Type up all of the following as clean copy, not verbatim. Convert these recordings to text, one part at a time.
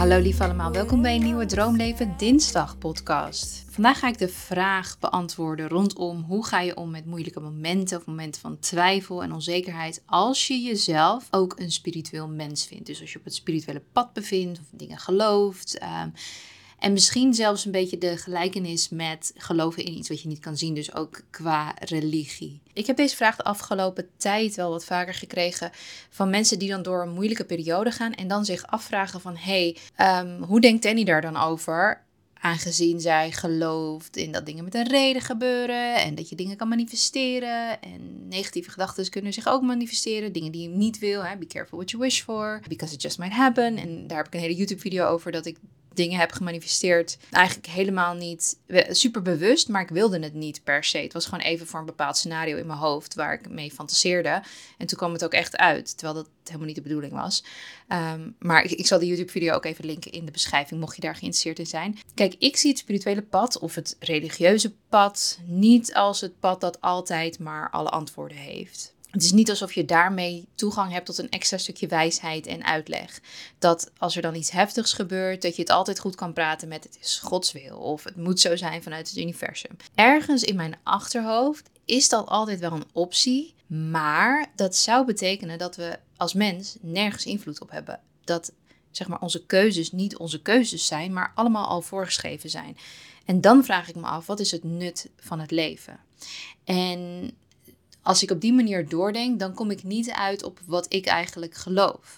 Hallo lief allemaal, welkom bij een nieuwe Droomleven Dinsdag podcast. Vandaag ga ik de vraag beantwoorden rondom hoe ga je om met moeilijke momenten of momenten van twijfel en onzekerheid als je jezelf ook een spiritueel mens vindt. Dus als je op het spirituele pad bevindt of dingen gelooft. En misschien zelfs een beetje de gelijkenis met geloven in iets wat je niet kan zien, dus ook qua religie. Ik heb deze vraag de afgelopen tijd wel wat vaker gekregen van mensen die dan door een moeilijke periode gaan en dan zich afvragen van hoe denkt Danny daar dan over? Aangezien zij gelooft in dat dingen met een reden gebeuren en dat je dingen kan manifesteren. En negatieve gedachten kunnen zich ook manifesteren. Dingen die je niet wil. Be careful what you wish for. Because it just might happen. En daar heb ik een hele YouTube video over dat ik dingen heb gemanifesteerd. Eigenlijk helemaal niet super bewust, maar ik wilde het niet per se. Het was gewoon even voor een bepaald scenario in mijn hoofd waar ik mee fantaseerde. En toen kwam het ook echt uit, terwijl dat helemaal niet de bedoeling was. Maar ik zal de YouTube-video ook even linken in de beschrijving, mocht je daar geïnteresseerd in zijn. Kijk, ik zie het spirituele pad of het religieuze pad niet als het pad dat altijd maar alle antwoorden heeft. Het is niet alsof je daarmee toegang hebt tot een extra stukje wijsheid en uitleg. Dat als er dan iets heftigs gebeurt, dat je het altijd goed kan praten met het is Gods wil. Of het moet zo zijn vanuit het universum. Ergens in mijn achterhoofd is dat altijd wel een optie. Maar dat zou betekenen dat we als mens nergens invloed op hebben. Dat onze keuzes niet onze keuzes zijn, maar allemaal al voorgeschreven zijn. En dan vraag ik me af, wat is het nut van het leven? En als ik op die manier doordenk, dan kom ik niet uit op wat ik eigenlijk geloof.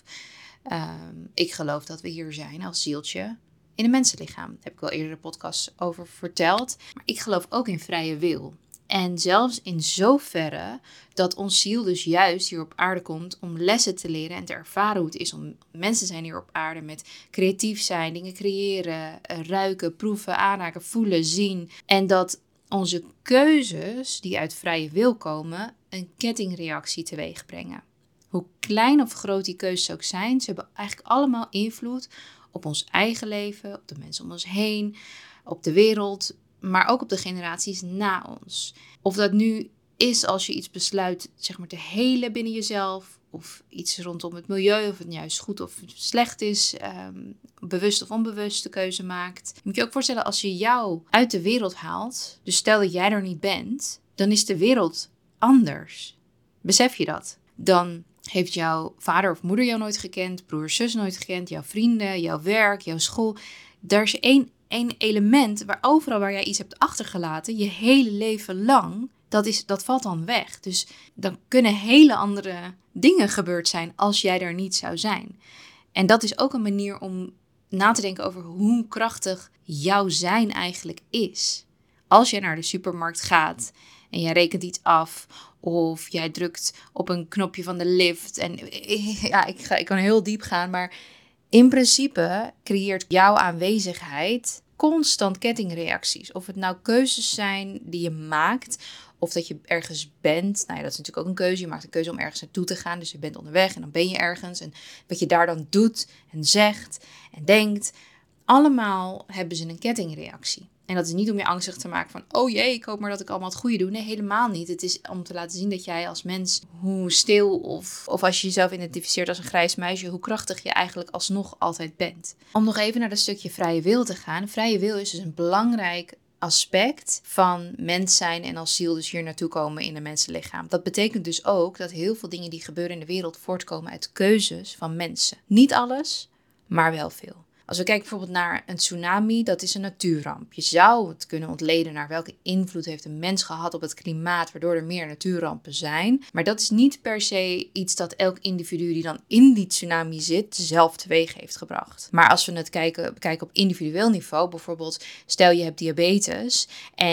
Ik geloof dat we hier zijn als zieltje in een mensenlichaam. Daar heb ik wel eerder de podcast over verteld. Maar ik geloof ook in vrije wil. En zelfs in zoverre dat ons ziel dus juist hier op aarde komt om lessen te leren en te ervaren hoe het is om mensen zijn hier op aarde met creatief zijn, dingen creëren, ruiken, proeven, aanraken, voelen, zien. En dat onze keuzes die uit vrije wil komen een kettingreactie teweeg brengen. Hoe klein of groot die keuzes ook zijn, ze hebben eigenlijk allemaal invloed op ons eigen leven, op de mensen om ons heen, op de wereld, maar ook op de generaties na ons. Of dat nu is als je iets besluit te helen binnen jezelf, of iets rondom het milieu, of het juist goed of slecht is, bewust of onbewust de keuze maakt. Je moet je ook voorstellen, als je jou uit de wereld haalt, dus stel dat jij er niet bent, dan is de wereld anders. Besef je dat? Dan heeft jouw vader of moeder jou nooit gekend, broer, zus nooit gekend, jouw vrienden, jouw werk, jouw school. Er is één element waar overal waar jij iets hebt achtergelaten, je hele leven lang, dat valt dan weg. Dus dan kunnen hele andere dingen gebeurd zijn als jij er niet zou zijn. En dat is ook een manier om na te denken over hoe krachtig jouw zijn eigenlijk is. Als jij naar de supermarkt gaat en jij rekent iets af, of jij drukt op een knopje van de lift. En ja, ik kan heel diep gaan, maar in principe creëert jouw aanwezigheid constant kettingreacties. Of het nou keuzes zijn die je maakt, of dat je ergens bent. Nou ja, dat is natuurlijk ook een keuze. Je maakt een keuze om ergens naartoe te gaan. Dus je bent onderweg en dan ben je ergens. En wat je daar dan doet en zegt en denkt, allemaal hebben ze een kettingreactie. En dat is niet om je angstig te maken van, oh jee, ik hoop maar dat ik allemaal het goede doe. Nee, helemaal niet. Het is om te laten zien dat jij als mens, hoe stil of als je jezelf identificeert als een grijs muisje, hoe krachtig je eigenlijk alsnog altijd bent. Om nog even naar dat stukje vrije wil te gaan. Vrije wil is dus een belangrijk aspect van mens zijn en als ziel dus hier naartoe komen in een mensenlichaam. Dat betekent dus ook dat heel veel dingen die gebeuren in de wereld voortkomen uit keuzes van mensen. Niet alles, maar wel veel. Als we kijken bijvoorbeeld naar een tsunami, dat is een natuurramp. Je zou het kunnen ontleden naar welke invloed heeft een mens gehad op het klimaat, waardoor er meer natuurrampen zijn. Maar dat is niet per se iets dat elk individu die dan in die tsunami zit, zelf teweeg heeft gebracht. Maar als we het bekijken op individueel niveau, bijvoorbeeld stel je hebt diabetes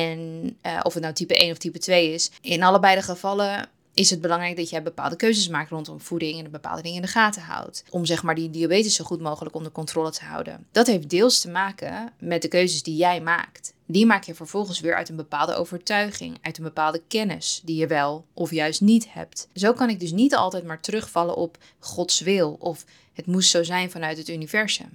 en of het nou type 1 of type 2 is, in allebei de gevallen is het belangrijk dat jij bepaalde keuzes maakt rondom voeding en bepaalde dingen in de gaten houdt. Om die diabetes zo goed mogelijk onder controle te houden. Dat heeft deels te maken met de keuzes die jij maakt. Die maak je vervolgens weer uit een bepaalde overtuiging, uit een bepaalde kennis die je wel of juist niet hebt. Zo kan ik dus niet altijd maar terugvallen op Gods wil of het moest zo zijn vanuit het universum.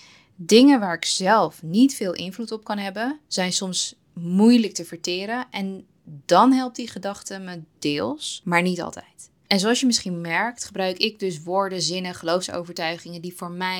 Dingen waar ik zelf niet veel invloed op kan hebben, zijn soms moeilijk te verteren en dan helpt die gedachte me deels, maar niet altijd. En zoals je misschien merkt, gebruik ik dus woorden, zinnen, geloofsovertuigingen die voor mij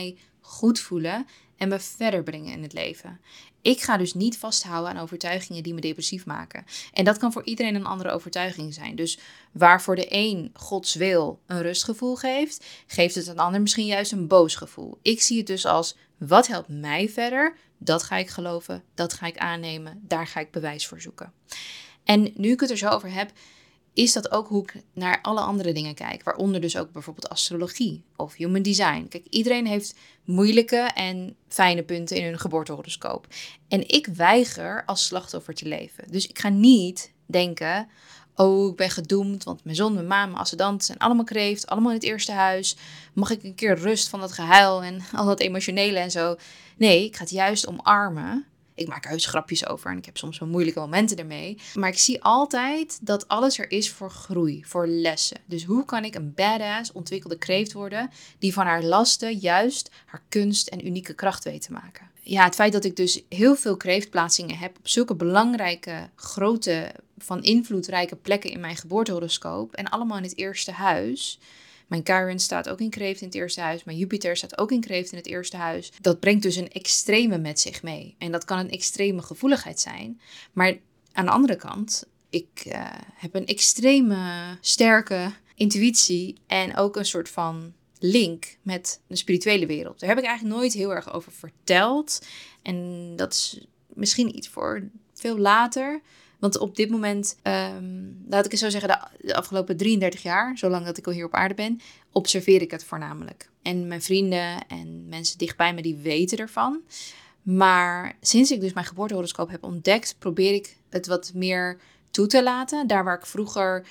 goed voelen en me verder brengen in het leven. Ik ga dus niet vasthouden aan overtuigingen die me depressief maken. En dat kan voor iedereen een andere overtuiging zijn. Dus waar voor de een Gods wil een rustgevoel geeft, geeft het een ander misschien juist een boos gevoel. Ik zie het dus als, wat helpt mij verder? Dat ga ik geloven, dat ga ik aannemen, daar ga ik bewijs voor zoeken. En nu ik het er zo over heb, is dat ook hoe ik naar alle andere dingen kijk. Waaronder dus ook bijvoorbeeld astrologie of human design. Kijk, iedereen heeft moeilijke en fijne punten in hun geboortehoroscoop. En ik weiger als slachtoffer te leven. Dus ik ga niet denken, oh, ik ben gedoemd, want mijn zon, mijn maan, mijn ascendant zijn allemaal kreeft, allemaal in het eerste huis. Mag ik een keer rust van dat gehuil en al dat emotionele en zo? Nee, ik ga het juist omarmen. Ik maak er heus grapjes over en ik heb soms wel moeilijke momenten ermee. Maar ik zie altijd dat alles er is voor groei, voor lessen. Dus hoe kan ik een badass, ontwikkelde kreeft worden die van haar lasten juist haar kunst en unieke kracht weet te maken? Ja, het feit dat ik dus heel veel kreeftplaatsingen heb op zulke belangrijke, grote, van invloedrijke plekken in mijn geboortehoroscoop en allemaal in het eerste huis. Mijn Chiron staat ook in kreeft in het eerste huis. Mijn Jupiter staat ook in kreeft in het eerste huis. Dat brengt dus een extreme met zich mee. En dat kan een extreme gevoeligheid zijn. Maar aan de andere kant, ik heb een extreme sterke intuïtie en ook een soort van link met de spirituele wereld. Daar heb ik eigenlijk nooit heel erg over verteld. En dat is misschien iets voor veel later. Want op dit moment, laat ik het zo zeggen, de afgelopen 33 jaar, zolang dat ik al hier op aarde ben, observeer ik het voornamelijk. En mijn vrienden en mensen dichtbij me, die weten ervan. Maar sinds ik dus mijn geboortehoroscoop heb ontdekt, probeer ik het wat meer toe te laten. Daar waar ik vroeger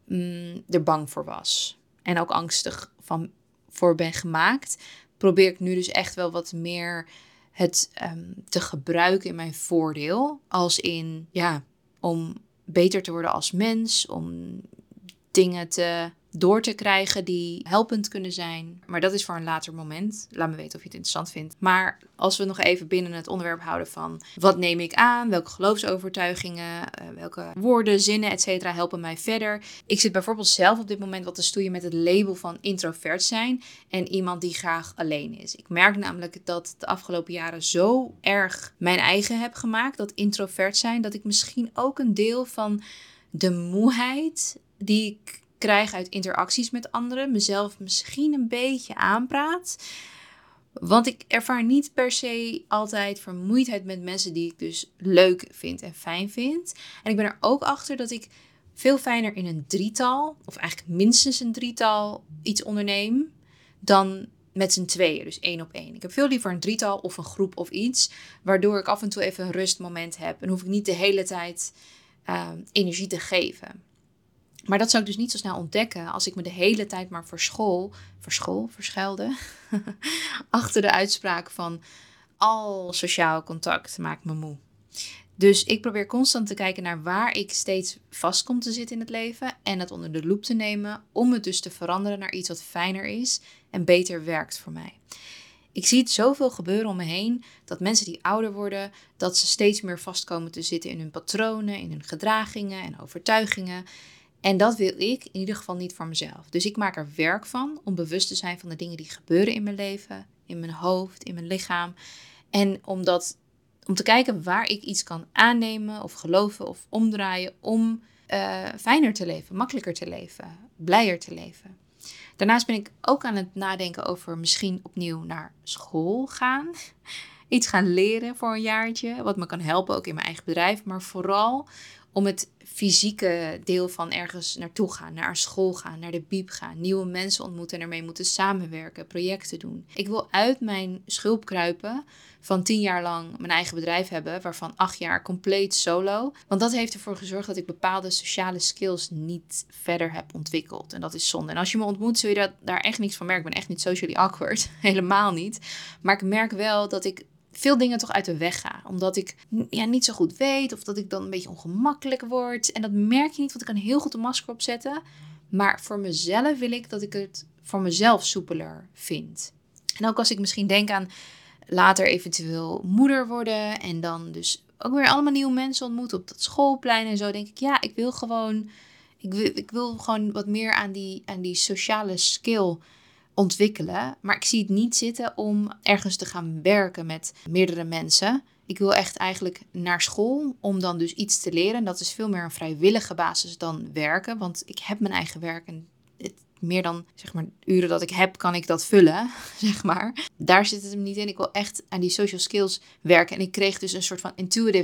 er bang voor was. En ook angstig voor ben gemaakt, probeer ik nu dus echt wel wat meer het te gebruiken in mijn voordeel. Als in, ja, om beter te worden als mens, om dingen door te krijgen die helpend kunnen zijn. Maar dat is voor een later moment. Laat me weten of je het interessant vindt. Maar als we nog even binnen het onderwerp houden van wat neem ik aan, welke geloofsovertuigingen, welke woorden, zinnen, etc. helpen mij verder. Ik zit bijvoorbeeld zelf op dit moment wat te stoeien met het label van introvert zijn en iemand die graag alleen is. Ik merk namelijk dat de afgelopen jaren zo erg mijn eigen heb gemaakt, dat introvert zijn, dat ik misschien ook een deel van de moeheid die ik krijg uit interacties met anderen, mezelf misschien een beetje aanpraat. Want ik ervaar niet per se altijd vermoeidheid met mensen die ik dus leuk vind en fijn vind. En ik ben er ook achter dat ik veel fijner in een drietal, of eigenlijk minstens een drietal, iets onderneem dan met z'n tweeën, dus 1 op 1. Ik heb veel liever een drietal of een groep of iets, waardoor ik af en toe even een rustmoment heb en hoef ik niet de hele tijd energie te geven. Maar dat zou ik dus niet zo snel ontdekken als ik me de hele tijd maar verschuilde achter de uitspraak van al sociaal contact maakt me moe. Dus ik probeer constant te kijken naar waar ik steeds vast kom te zitten in het leven en het onder de loep te nemen om het dus te veranderen naar iets wat fijner is en beter werkt voor mij. Ik zie het zoveel gebeuren om me heen, dat mensen die ouder worden, dat ze steeds meer vast komen te zitten in hun patronen, in hun gedragingen en overtuigingen. En dat wil ik in ieder geval niet voor mezelf. Dus ik maak er werk van om bewust te zijn van de dingen die gebeuren in mijn leven, in mijn hoofd, in mijn lichaam. En om te kijken waar ik iets kan aannemen of geloven of omdraaien om fijner te leven, makkelijker te leven, blijer te leven. Daarnaast ben ik ook aan het nadenken over misschien opnieuw naar school gaan. Iets gaan leren voor een jaartje, wat me kan helpen ook in mijn eigen bedrijf. Maar vooral om het fysieke deel van ergens naartoe gaan, naar een school gaan, naar de bieb gaan, nieuwe mensen ontmoeten en ermee moeten samenwerken, projecten doen. Ik wil uit mijn schulp kruipen van 10 jaar lang mijn eigen bedrijf hebben, waarvan 8 jaar compleet solo. Want dat heeft ervoor gezorgd dat ik bepaalde sociale skills niet verder heb ontwikkeld. En dat is zonde. En als je me ontmoet, zul je daar echt niks van merken. Ik ben echt niet socially awkward. Helemaal niet. Maar ik merk wel dat ik veel dingen toch uit de weg ga. Omdat ik niet zo goed weet of dat ik dan een beetje ongemakkelijk word. En dat merk je niet, want ik kan heel goed een masker opzetten. Maar voor mezelf wil ik dat ik het voor mezelf soepeler vind. En ook als ik misschien denk aan later eventueel moeder worden en dan dus ook weer allemaal nieuwe mensen ontmoeten op dat schoolplein en zo, denk ik, ja, ik wil gewoon wat meer aan die sociale skill ontwikkelen. Maar ik zie het niet zitten om ergens te gaan werken met meerdere mensen. Ik wil echt eigenlijk naar school om dan dus iets te leren. Dat is veel meer een vrijwillige basis dan werken. Want ik heb mijn eigen werk en meer dan zeg maar uren dat ik heb, kan ik dat vullen, zeg maar. Daar zit het hem niet in. Ik wil echt aan die social skills werken. En ik kreeg dus een soort van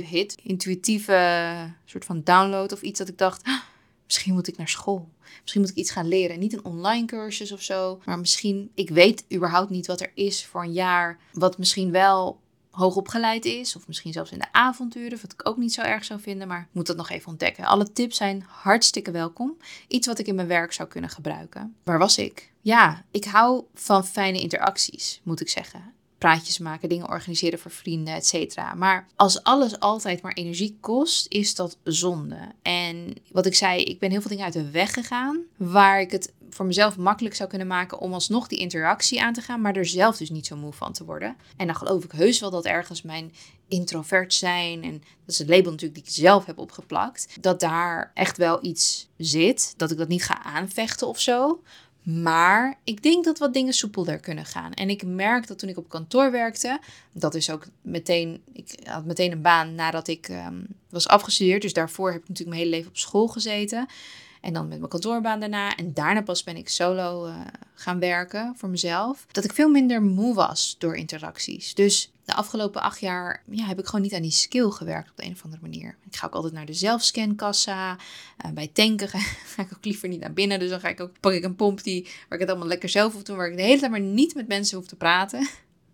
intuïtieve soort van download of iets dat ik dacht, misschien moet ik naar school. Misschien moet ik iets gaan leren. Niet een online cursus of zo, maar misschien, ik weet überhaupt niet wat er is voor een jaar, wat misschien wel hoogopgeleid is, of misschien zelfs in de avonduren, wat ik ook niet zo erg zou vinden, maar ik moet dat nog even ontdekken. Alle tips zijn hartstikke welkom. Iets wat ik in mijn werk zou kunnen gebruiken. Waar was ik? Ja, ik hou van fijne interacties, moet ik zeggen. Praatjes maken, dingen organiseren voor vrienden, et cetera. Maar als alles altijd maar energie kost, is dat zonde. En wat ik zei, ik ben heel veel dingen uit de weg gegaan, waar ik het voor mezelf makkelijk zou kunnen maken om alsnog die interactie aan te gaan, maar er zelf dus niet zo moe van te worden. En dan geloof ik heus wel dat ergens mijn introvert zijn, en dat is het label natuurlijk die ik zelf heb opgeplakt, dat daar echt wel iets zit, dat ik dat niet ga aanvechten of zo. Maar ik denk dat wat dingen soepelder kunnen gaan. En ik merk dat toen ik op kantoor werkte, dat is ook meteen, ik had meteen een baan nadat ik was afgestudeerd. Dus daarvoor heb ik natuurlijk mijn hele leven op school gezeten. En dan met mijn kantoorbaan daarna. En daarna pas ben ik solo gaan werken voor mezelf. Dat ik veel minder moe was door interacties. Dus de afgelopen 8 jaar heb ik gewoon niet aan die skill gewerkt op de een of andere manier. Ik ga ook altijd naar de zelfscankassa. Bij tanken ga ik ook liever niet naar binnen. Dus dan pak ik een pomp waar ik het allemaal lekker zelf hoef te doen. Waar ik de hele tijd maar niet met mensen hoef te praten.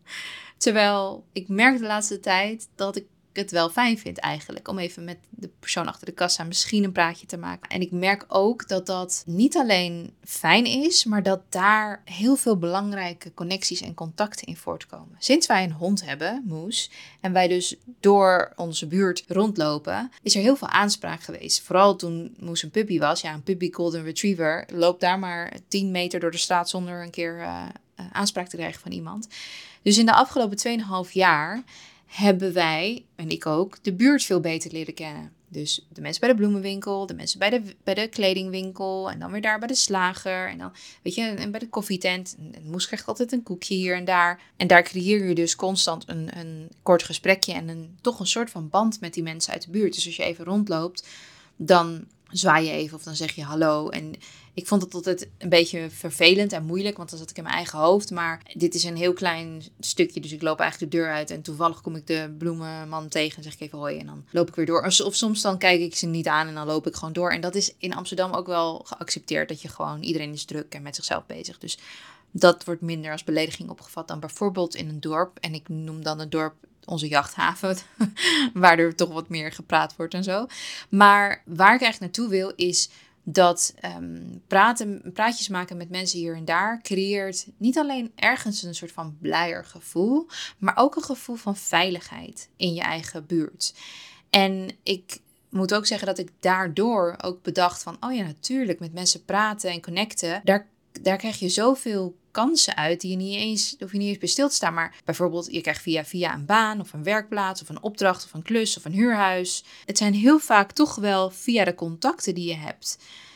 Terwijl ik merk de laatste tijd dat ik het wel fijn vind eigenlijk. Om even met de persoon achter de kassa misschien een praatje te maken. En ik merk ook dat dat niet alleen fijn is, maar dat daar heel veel belangrijke connecties en contacten in voortkomen. Sinds wij een hond hebben, Moes, en wij dus door onze buurt rondlopen, is er heel veel aanspraak geweest. Vooral toen Moes een puppy was. Ja, een puppy golden retriever loopt daar maar 10 meter door de straat zonder een keer aanspraak te krijgen van iemand. Dus in de afgelopen 2,5 jaar hebben wij, en ik ook, de buurt veel beter leren kennen. Dus de mensen bij de bloemenwinkel, de mensen bij de kledingwinkel en dan weer daar bij de slager en dan, en bij de koffietent. En Moes krijgt altijd een koekje hier en daar. En daar creëer je dus constant een kort gesprekje en toch een soort van band met die mensen uit de buurt. Dus als je even rondloopt, dan zwaai je even of dan zeg je hallo. En ik vond het altijd een beetje vervelend en moeilijk, want dan zat ik in mijn eigen hoofd. Maar dit is een heel klein stukje, dus ik loop eigenlijk de deur uit en toevallig kom ik de bloemenman tegen en zeg ik even hoi en dan loop ik weer door. Of soms dan kijk ik ze niet aan en dan loop ik gewoon door. En dat is in Amsterdam ook wel geaccepteerd, dat je gewoon, iedereen is druk en met zichzelf bezig. Dus dat wordt minder als belediging opgevat dan bijvoorbeeld in een dorp. En ik noem dan het dorp onze jachthaven, waar er toch wat meer gepraat wordt en zo. Maar waar ik eigenlijk naartoe wil is dat praatjes maken met mensen hier en daar creëert niet alleen ergens een soort van blijer gevoel, maar ook een gevoel van veiligheid in je eigen buurt. En ik moet ook zeggen dat ik daardoor ook bedacht van, oh ja, natuurlijk, met mensen praten en connecten, daar krijg je zoveel kansen uit die je niet eens, hoef je niet eens bij stil te staan. Maar bijvoorbeeld, je krijgt via een baan of een werkplaats of een opdracht of een klus of een huurhuis. Het zijn heel vaak toch wel via de contacten die je hebt.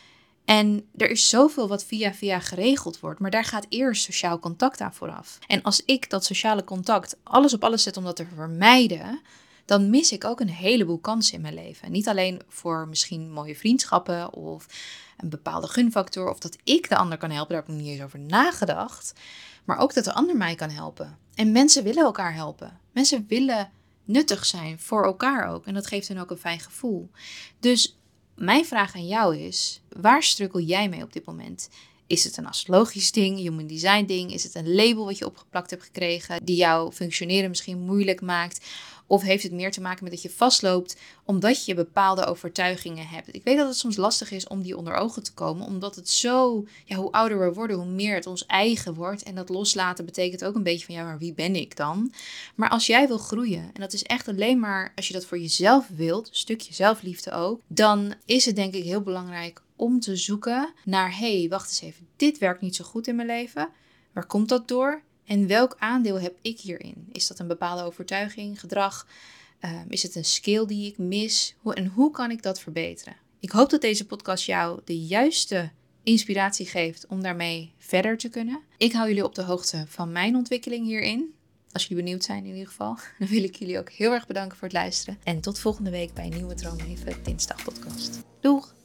En er is zoveel wat via geregeld wordt, maar daar gaat eerst sociaal contact aan vooraf. En als ik dat sociale contact alles op alles zet om dat te vermijden, dan mis ik ook een heleboel kansen in mijn leven. Niet alleen voor misschien mooie vriendschappen of een bepaalde gunfactor of dat ik de ander kan helpen, daar heb ik nog niet eens over nagedacht. Maar ook dat de ander mij kan helpen. En mensen willen elkaar helpen. Mensen willen nuttig zijn voor elkaar ook. En dat geeft hen ook een fijn gevoel. Dus mijn vraag aan jou is, waar struggle jij mee op dit moment? Is het een astrologisch ding, human design ding? Is het een label wat je opgeplakt hebt gekregen die jouw functioneren misschien moeilijk maakt? Of heeft het meer te maken met dat je vastloopt omdat je bepaalde overtuigingen hebt? Ik weet dat het soms lastig is om die onder ogen te komen, omdat het zo, hoe ouder we worden, hoe meer het ons eigen wordt. En dat loslaten betekent ook een beetje van, maar wie ben ik dan? Maar als jij wil groeien, en dat is echt alleen maar als je dat voor jezelf wilt, een stukje zelfliefde ook, dan is het denk ik heel belangrijk om te zoeken naar, wacht eens even, dit werkt niet zo goed in mijn leven. Waar komt dat door? En welk aandeel heb ik hierin? Is dat een bepaalde overtuiging, gedrag? Is het een skill die ik mis? En hoe kan ik dat verbeteren? Ik hoop dat deze podcast jou de juiste inspiratie geeft om daarmee verder te kunnen. Ik hou jullie op de hoogte van mijn ontwikkeling hierin. Als jullie benieuwd zijn in ieder geval. Dan wil ik jullie ook heel erg bedanken voor het luisteren. En tot volgende week bij een nieuwe Droomleven Dinsdag podcast. Doeg!